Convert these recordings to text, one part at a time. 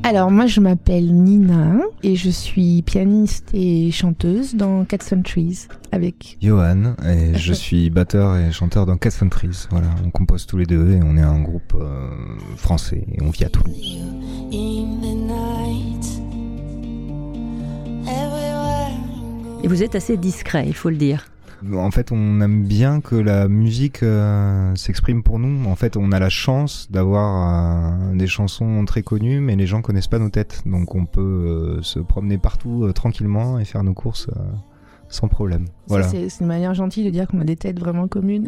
Alors moi je m'appelle Nina et je suis pianiste et chanteuse dans Cats and Trees avec Johan et je suis batteur et chanteur dans Cats and Trees. Voilà, on compose tous les deux et on est un groupe français et on vit à Toulouse. Et vous êtes assez discret, il faut le dire. En fait, on aime bien que la musique s'exprime pour nous. En fait, on a la chance d'avoir des chansons très connues, mais les gens connaissent pas nos têtes. Donc on peut se promener partout tranquillement et faire nos courses sans problème. Voilà. C'est une manière gentille de dire qu'on a des têtes vraiment communes.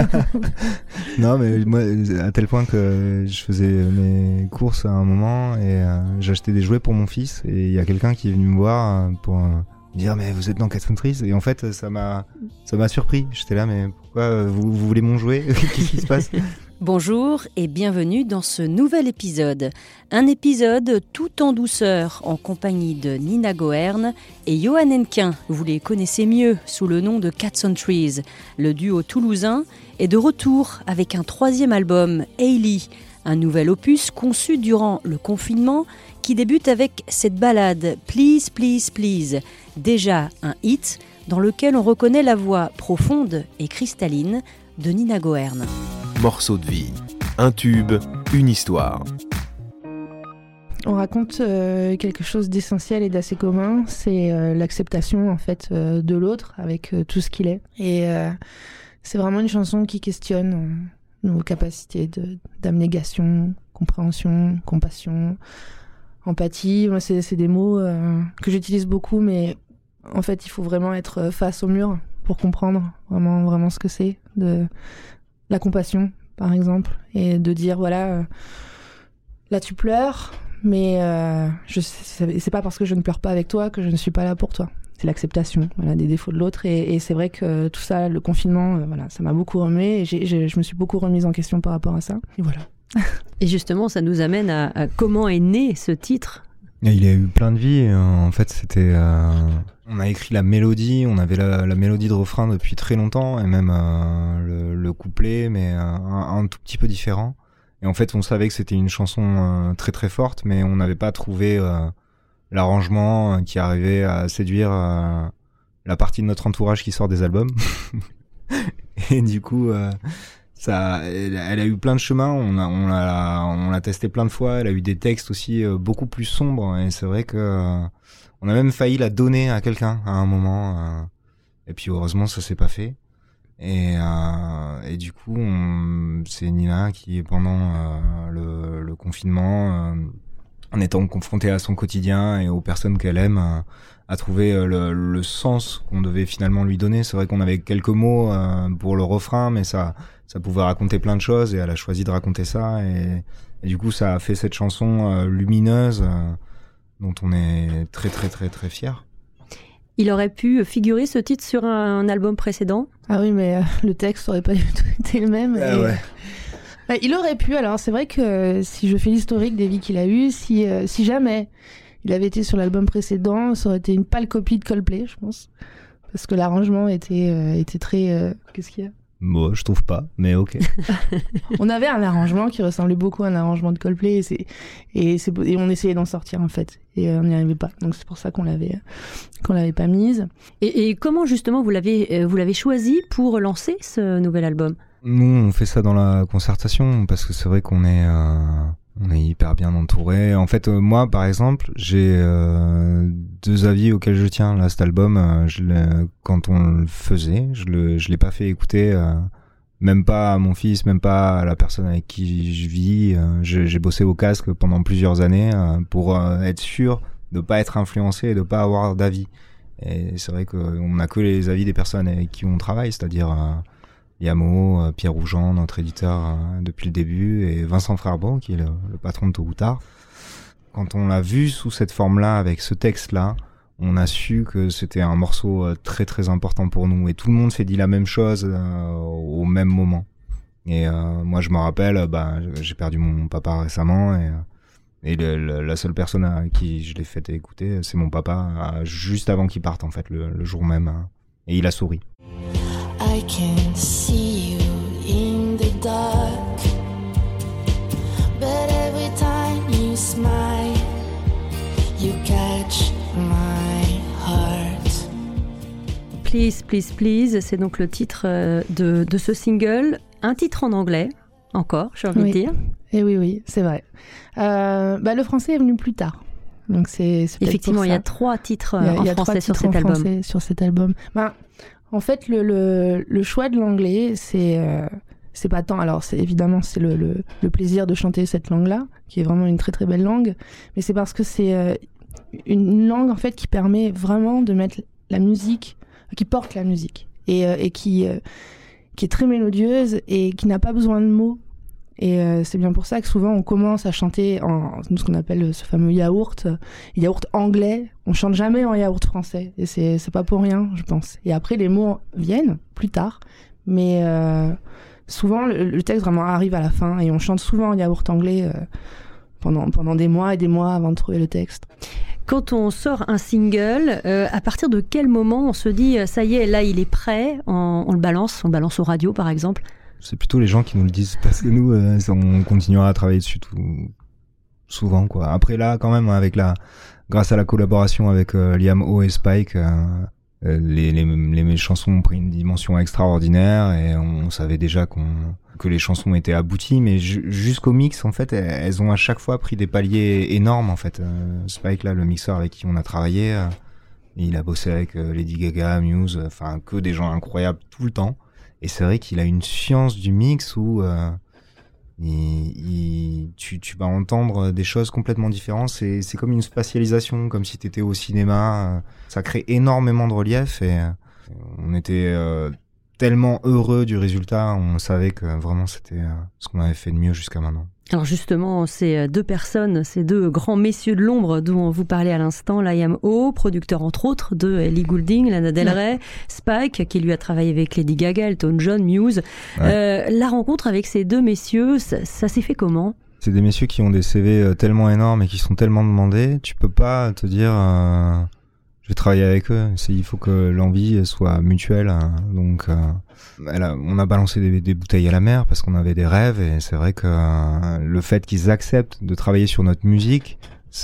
Non, mais moi, à tel point que je faisais mes courses à un moment et j'achetais des jouets pour mon fils. Et il y a quelqu'un qui est venu me voir pour... dire mais vous êtes dans Cats and Trees, et en fait ça m'a surpris. J'étais là, mais pourquoi vous voulez mon jouet? Qu'est-ce qui se passe? Bonjour et bienvenue dans ce nouvel épisode. Un épisode tout en douceur en compagnie de Nina Goerne et Johan Hennequin. Vous les connaissez mieux sous le nom de Cats and Trees. Le duo toulousain est de retour avec un 3e album, Hayley, un nouvel opus conçu durant le confinement qui débute avec cette ballade Please, Please, Please, déjà un hit dans lequel on reconnaît la voix profonde et cristalline de Nina Goerne. Morceau de vie, un tube, une histoire. On raconte quelque chose d'essentiel et d'assez commun, c'est l'acceptation en fait de l'autre avec tout ce qu'il est. Et c'est vraiment une chanson qui questionne nos capacités d'abnégation, compréhension, compassion, empathie. Moi, c'est des mots que j'utilise beaucoup, mais en fait, il faut vraiment être face au mur pour comprendre vraiment ce que c'est, de la compassion, par exemple, et de dire, voilà, là tu pleures, mais c'est pas parce que je ne pleure pas avec toi que je ne suis pas là pour toi. C'est l'acceptation, voilà, des défauts de l'autre, et c'est vrai que tout ça, le confinement, voilà, ça m'a beaucoup remué, et je me suis beaucoup remise en question par rapport à ça, et voilà. Et justement, ça nous amène à comment est né ce titre. Il y a eu plein de vies. En fait, c'était... on a écrit la mélodie, on avait la mélodie de refrain depuis très longtemps, et même le couplet, mais un tout petit peu différent. Et en fait, on savait que c'était une chanson très très forte, mais on n'avait pas trouvé l'arrangement qui arrivait à séduire la partie de notre entourage qui sort des albums. Et du coup... elle a eu plein de chemins, on l'a testé plein de fois, elle a eu des textes aussi beaucoup plus sombres, et c'est vrai que on a même failli la donner à quelqu'un à un moment, et puis heureusement ça s'est pas fait, et du coup c'est Nina qui, pendant le confinement, en étant confrontée à son quotidien et aux personnes qu'elle aime, a trouvé le sens qu'on devait finalement lui donner. C'est vrai qu'on avait quelques mots pour le refrain, mais ça pouvait raconter plein de choses, et elle a choisi de raconter ça, et du coup ça a fait cette chanson lumineuse dont on est très très très très fiers. Il aurait pu figurer ce titre sur un album précédent. Ah oui, mais le texte aurait pas du tout été le même. Ouais. Il aurait pu. Alors c'est vrai que si je fais l'historique des vies qu'il a eues, si jamais il avait été sur l'album précédent, ça aurait été une pâle copie de Coldplay, je pense, parce que l'arrangement était très... Qu'est-ce qu'il y a? Moi, je trouve pas, mais ok. On avait un arrangement qui ressemblait beaucoup à un arrangement de Coldplay, et on essayait d'en sortir en fait, et on n'y arrivait pas. Donc c'est pour ça qu'on l'avait pas mise. Et comment justement vous l'avez choisi pour lancer ce nouvel album? Nous, on fait ça dans la concertation, parce que c'est vrai qu'on est hyper bien entouré. En fait, moi, par exemple, j'ai 2 avis auxquels je tiens. Là, cet album, quand on le faisait, je l'ai pas fait écouter, même pas à mon fils, même pas à la personne avec qui je vis. J'ai bossé au casque pendant plusieurs années pour être sûr de pas être influencé et de pas avoir d'avis. Et c'est vrai qu'on n'a que les avis des personnes avec qui on travaille, c'est-à-dire... Yamo, Pierre Rougeant, notre éditeur depuis le début, et Vincent Frerbeau, qui est le patron de Tôt ou Tard. Quand on l'a vu sous cette forme-là, avec ce texte-là, on a su que c'était un morceau très très important pour nous, et tout le monde s'est dit la même chose au même moment. Et moi je me rappelle, j'ai perdu mon papa récemment, et la seule personne à qui je l'ai fait écouter, c'est mon papa, juste avant qu'il parte en fait, le jour même, et il a souri. I can see you in the dark, but every time you smile Please, Please, Please, c'est donc le titre de ce single. Un titre en anglais, encore, j'ai envie de dire. Et oui, c'est vrai. Le français est venu plus tard. Donc c'est effectivement, il y a 3 titres en français sur cet album. Sur cet album. En fait, le choix de l'anglais, c'est pas tant. Alors, c'est le plaisir de chanter cette langue-là, qui est vraiment une très très belle langue, mais c'est parce que c'est une langue en fait qui permet vraiment de mettre la musique, qui porte la musique et qui est très mélodieuse et qui n'a pas besoin de mots. Et c'est bien pour ça que souvent on commence à chanter en ce qu'on appelle ce fameux yaourt anglais. On chante jamais en yaourt français et c'est pas pour rien, je pense. Et après les mots viennent plus tard, mais souvent le texte vraiment arrive à la fin et on chante souvent en yaourt anglais pendant des mois et des mois avant de trouver le texte. Quand on sort un single, à partir de quel moment on se dit ça y est, là il est prêt, on le balance aux radios par exemple? C'est plutôt les gens qui nous le disent, parce que nous, on continuera à travailler dessus souvent, quoi. Après là, quand même, grâce à la collaboration avec Liam O et Spike, les chansons ont pris une dimension extraordinaire et on savait déjà que les chansons étaient abouties, mais jusqu'au mix, en fait, elles ont à chaque fois pris des paliers énormes, en fait. Spike, là, le mixeur avec qui on a travaillé, il a bossé avec Lady Gaga, Muse, enfin, que des gens incroyables tout le temps. Et c'est vrai qu'il a une science du mix où tu vas entendre des choses complètement différentes. C'est comme une spatialisation, comme si tu étais au cinéma. Ça crée énormément de relief et on était tellement heureux du résultat. On savait que vraiment c'était ce qu'on avait fait de mieux jusqu'à maintenant. Alors justement, ces 2 personnes, ces 2 grands messieurs de l'ombre dont on vous parlait à l'instant, Liam O, producteur entre autres de Ellie Goulding, Lana Del Rey, Spike, qui lui a travaillé avec Lady Gaga, Elton John, Muse. La rencontre avec ces 2 messieurs, ça s'est fait comment ? C'est des messieurs qui ont des CV tellement énormes et qui sont tellement demandés, tu peux pas te dire je vais travailler avec eux. Il faut que l'envie soit mutuelle. Donc, on a balancé des bouteilles à la mer parce qu'on avait des rêves et c'est vrai que le fait qu'ils acceptent de travailler sur notre musique,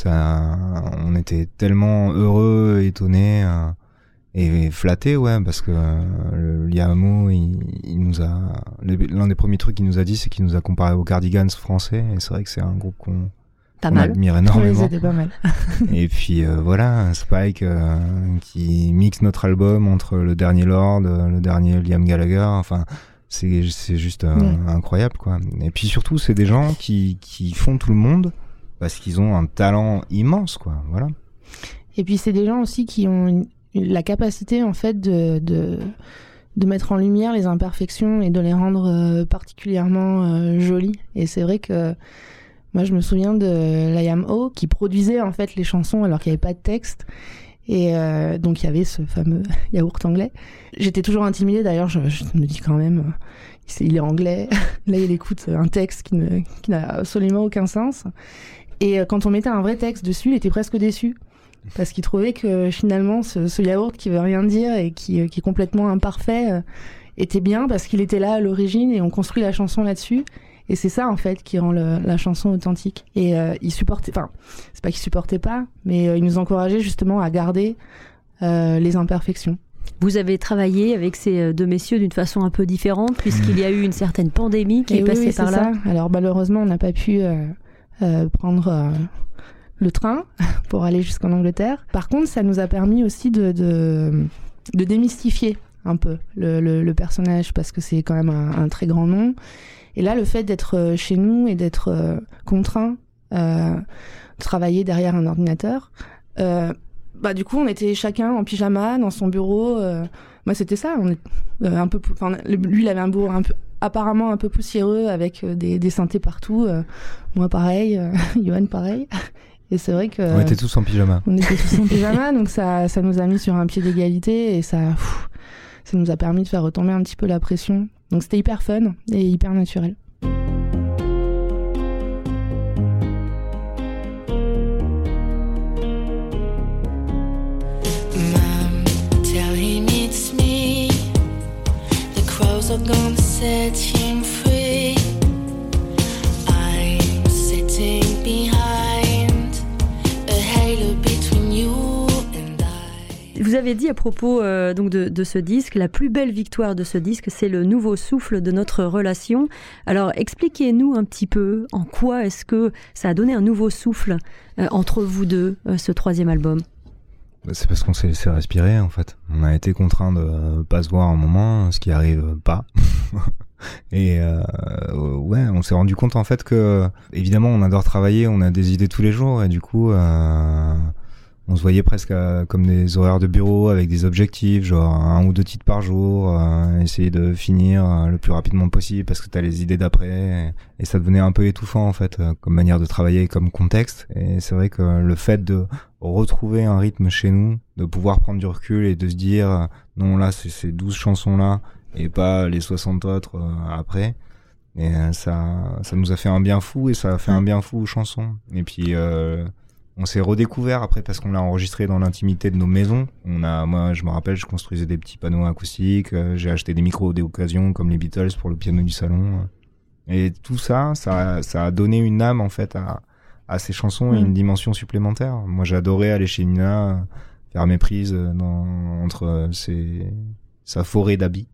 on était tellement heureux, étonnés et flattés, parce que Liam, l'un des premiers trucs qu'il nous a dit, c'est qu'il nous a comparé aux Cardigans français et c'est vrai que c'est un groupe qu'on admire énormément. C'était pas mal. Et puis Spike qui mixe notre album entre le dernier Lord, le dernier Liam Gallagher, enfin c'est juste incroyable, quoi. Et puis surtout c'est des gens qui font tout le monde parce qu'ils ont un talent immense, quoi. Voilà. Et puis c'est des gens aussi qui ont la capacité en fait de mettre en lumière les imperfections et de les rendre particulièrement jolies. Et c'est vrai que moi, je me souviens de Liam O qui produisait en fait les chansons alors qu'il n'y avait pas de texte. Et donc, il y avait ce fameux yaourt anglais. J'étais toujours intimidée, d'ailleurs, je me dis quand même, il est anglais. Là, il écoute un texte qui n'a absolument aucun sens. Et quand on mettait un vrai texte dessus, il était presque déçu. Parce qu'il trouvait que finalement, ce yaourt qui veut rien dire et qui est complètement imparfait était bien parce qu'il était là à l'origine et on construit la chanson là-dessus. Et c'est ça, en fait, qui rend la chanson authentique. Et il supportait, enfin, c'est pas qu'il supportait pas, mais il nous encourageait justement à garder les imperfections. Vous avez travaillé avec ces 2 messieurs d'une façon un peu différente, puisqu'il y a eu une certaine pandémie qui est passée par là. Ça. Alors, malheureusement, on n'a pas pu prendre le train pour aller jusqu'en Angleterre. Par contre, ça nous a permis aussi de démystifier un peu le personnage, parce que c'est quand même un très grand nom. Et là, le fait d'être chez nous et d'être contraint de travailler derrière un ordinateur, du coup, on était chacun en pyjama dans son bureau. Moi, c'était ça. On est un peu, lui, il avait un bureau apparemment un peu poussiéreux avec des synthés partout. Moi, pareil. Johan, pareil. Et c'est vrai que... On était tous en pyjama. On était tous en pyjama, donc ça nous a mis sur un pied d'égalité et ça nous a permis de faire retomber un petit peu la pression. Donc c'était hyper fun et hyper naturel. Mom, tell him it's me. The crows are gonna set him free. I'm sitting behind a halo between you and I. Vous avez dit à propos donc de ce disque, la plus belle victoire de ce disque, c'est le nouveau souffle de notre relation. Alors expliquez-nous un petit peu en quoi est-ce que ça a donné un nouveau souffle entre vous deux, ce 3e album. C'est parce qu'on s'est laissé respirer en fait. On a été contraints de pas se voir un moment, ce qui arrive pas. Et ouais, on s'est rendu compte en fait que évidemment on adore travailler, on a des idées tous les jours et du coup on se voyait presque comme des horaires de bureau avec des objectifs, genre 1 ou 2 titres par jour, essayer de finir le plus rapidement possible parce que t'as les idées d'après et ça devenait un peu étouffant en fait comme manière de travailler, comme contexte. Et c'est vrai que le fait de retrouver un rythme chez nous, de pouvoir prendre du recul et de se dire non là c'est ces 12 chansons là et pas les 60 autres après. Et ça nous a fait un bien fou et ça a fait un bien fou aux chansons. Et puis on s'est redécouvert après parce qu'on l'a enregistré dans l'intimité de nos maisons. Moi, je me rappelle, je construisais des petits panneaux acoustiques, j'ai acheté des micros d'occasion comme les Beatles pour le piano du salon. Et tout ça a donné une âme en fait à ces chansons et une dimension supplémentaire. Moi, j'adorais aller chez Nina, faire mes prises entre sa forêt d'habits.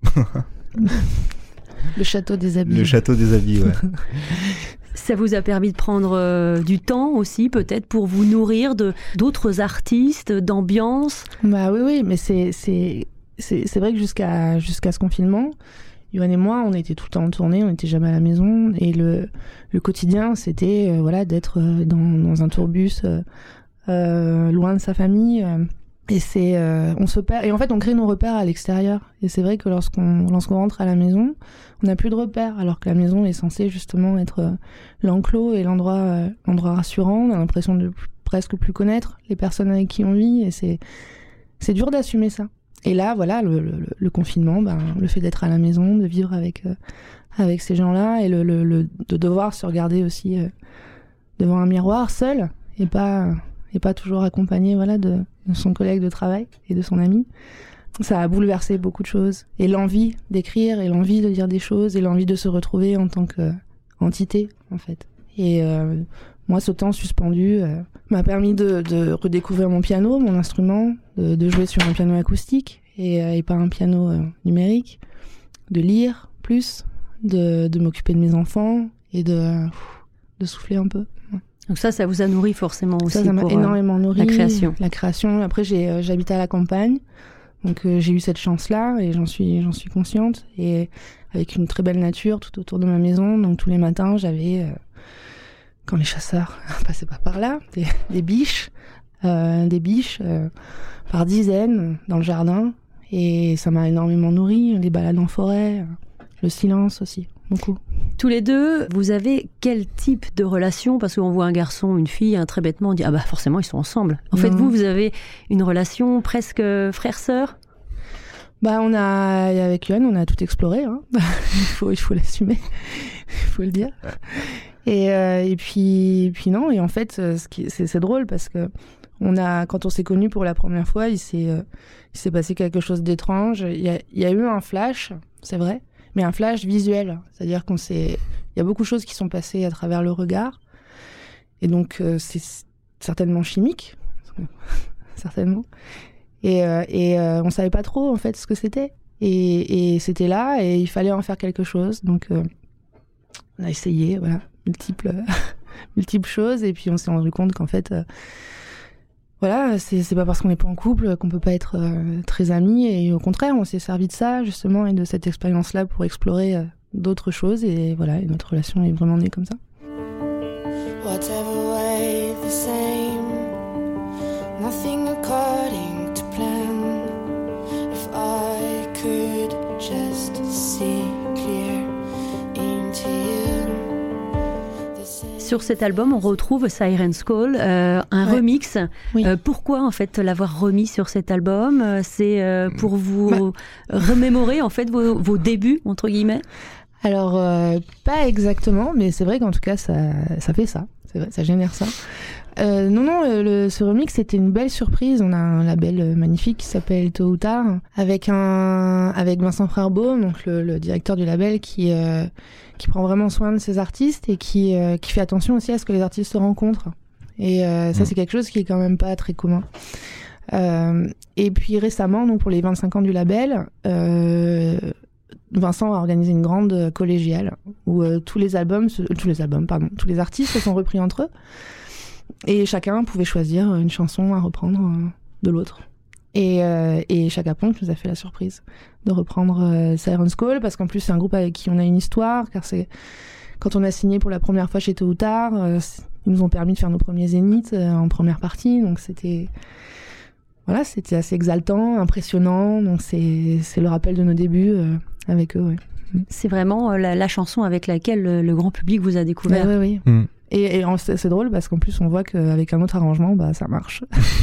Le château des habits. Le château des habits, ouais. Ça vous a permis de prendre du temps aussi, peut-être, pour vous nourrir d'autres artistes, d'ambiance. Bah oui, mais c'est vrai que jusqu'à ce confinement, Yoann et moi, on était tout le temps en tournée, on n'était jamais à la maison. Et le quotidien, c'était d'être dans un tourbus loin de sa famille. Et on se perd. Et en fait, on crée nos repères à l'extérieur. Et c'est vrai que lorsqu'on rentre à la maison, on n'a plus de repères, alors que la maison est censée justement être l'enclos et l'endroit rassurant. On a l'impression de presque plus connaître les personnes avec qui on vit. Et c'est dur d'assumer ça. Et là, voilà, le confinement, le fait d'être à la maison, de vivre avec ces gens-là, et de devoir se regarder aussi devant un miroir seul, et pas toujours accompagné de son collègue de travail et de son ami. Ça a bouleversé beaucoup de choses. Et l'envie d'écrire, et l'envie de dire des choses, et l'envie de se retrouver en tant qu'entité, en fait. Et moi, ce temps suspendu m'a permis de redécouvrir mon piano, mon instrument, de jouer sur un piano acoustique et pas un piano numérique, de lire plus, de m'occuper de mes enfants et de souffler un peu. Ouais. Donc ça vous a nourri forcément aussi. Ça m'a énormément nourri. La création. Après, j'habite à la campagne, donc j'ai eu cette chance-là et j'en suis consciente. Et avec une très belle nature tout autour de ma maison, donc tous les matins, j'avais, quand les chasseurs passaient pas par là, des biches par dizaines dans le jardin. Et ça m'a énormément nourri. Les balades en forêt, le silence aussi. Beaucoup. Tous les deux, vous avez quel type de relation ? Parce qu'on voit un garçon, une fille, très bêtement, on dit forcément ils sont ensemble. En fait, vous avez une relation presque frère-sœur ? Avec Yoann, on a tout exploré. Hein. il faut l'assumer, il faut le dire. Et puis non. Et en fait, c'est drôle parce que quand on s'est connus pour la première fois, il s'est passé quelque chose d'étrange. Il y a eu un flash, c'est vrai. Mais un flash visuel, c'est-à-dire il y a beaucoup de choses qui sont passées à travers le regard, et donc c'est certainement chimique, certainement, et on savait pas trop en fait ce que c'était, et c'était là, et il fallait en faire quelque chose, donc on a essayé, multiples choses, et puis on s'est rendu compte qu'en fait c'est pas parce qu'on n'est pas en couple qu'on peut pas être très amis, et au contraire, on s'est servi de ça, justement, et de cette expérience-là pour explorer d'autres choses, et voilà, et notre relation est vraiment née comme ça. Whatever way, the same, nothing according to plan. If I could just see clear into you. Sur cet album, on retrouve Siren's Call, un remix. Oui. Pourquoi en fait l'avoir remis sur cet album ? C'est pour vous remémorer en fait vos débuts entre guillemets ? Alors pas exactement, mais c'est vrai qu'en tout cas ça fait ça. C'est vrai, ça génère ça. Ce remix c'était une belle surprise. On a un label magnifique qui s'appelle Tôt ou Tard, avec Vincent Frerbeau, donc le directeur du label, qui prend vraiment soin de ses artistes et qui fait attention aussi à ce que les artistes se rencontrent. Et ça c'est quelque chose qui est quand même pas très commun. Et puis récemment, donc pour les 25 ans du label, Vincent a organisé une grande collégiale où tous les artistes se sont repris entre eux et chacun pouvait choisir une chanson à reprendre de l'autre. Et Chaka Ponk nous a fait la surprise de reprendre Siren's Call, parce qu'en plus c'est un groupe avec qui on a une histoire, car c'est quand on a signé pour la première fois chez Tôt ou Tard, ils nous ont permis de faire nos premiers zéniths en première partie, donc c'était assez exaltant, impressionnant, donc c'est le rappel de nos débuts avec eux. Ouais. C'est vraiment la chanson avec laquelle le grand public vous a découvert. Oui. Et c'est drôle parce qu'en plus on voit qu'avec un autre arrangement, ça marche.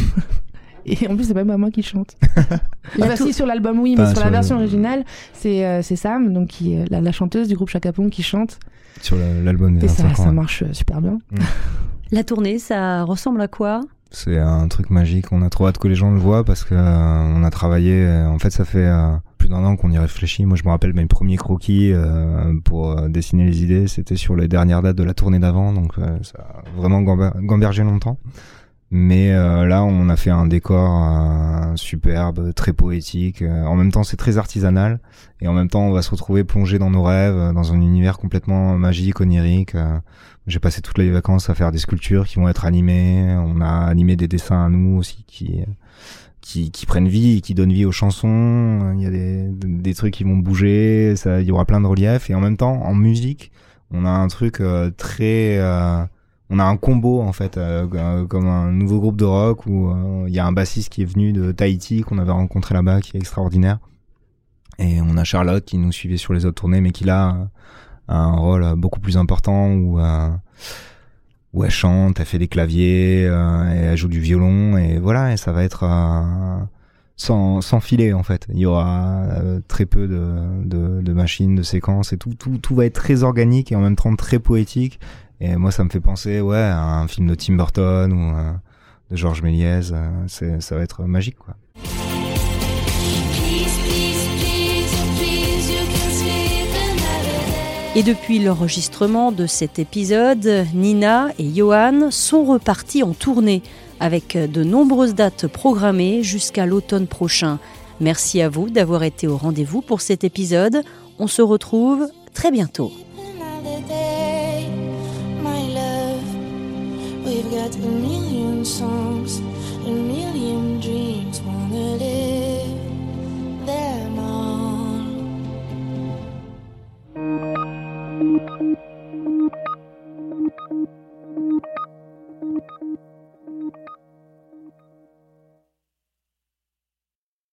Et en plus c'est même pas moi qui chante. Si sur l'album oui, mais sur la version originale c'est Sam, donc la chanteuse du groupe Chaka Ponk qui chante. Sur l'album des 25 ans. Ça marche super bien. La tournée, ça ressemble à quoi ? C'est un truc magique. On a trop hâte que les gens le voient parce que on a travaillé. En fait, ça fait plus d'1 an qu'on y réfléchit. Moi, je me rappelle mes premiers croquis pour dessiner les idées. C'était sur les dernières dates de la tournée d'avant, donc ça a vraiment gambergé longtemps. Mais là, on a fait un décor superbe, très poétique. En même temps, c'est très artisanal. Et en même temps, on va se retrouver plongé dans nos rêves, dans un univers complètement magique, onirique. J'ai passé toutes les vacances à faire des sculptures qui vont être animées. On a animé des dessins à nous aussi qui prennent vie et qui donnent vie aux chansons. Il y a des trucs qui vont bouger. Il y aura plein de reliefs. Et en même temps, en musique, on a un truc très... on a un combo en fait, comme un nouveau groupe de rock où il y a un bassiste qui est venu de Tahiti qu'on avait rencontré là-bas, qui est extraordinaire. Et on a Charlotte qui nous suivait sur les autres tournées, mais qui là a un rôle beaucoup plus important où elle chante, elle fait des claviers, et elle joue du violon, et voilà, et ça va être sans filet en fait. Il y aura très peu de machines, de séquences, et tout va être très organique et en même temps très poétique. Et moi, ça me fait penser, à un film de Tim Burton ou de Georges Méliès. Ça va être magique, quoi. Et depuis l'enregistrement de cet épisode, Nina et Johan sont repartis en tournée avec de nombreuses dates programmées jusqu'à l'automne prochain. Merci à vous d'avoir été au rendez-vous pour cet épisode. On se retrouve très bientôt. We've got a million songs, a million dreams, wanna live them all.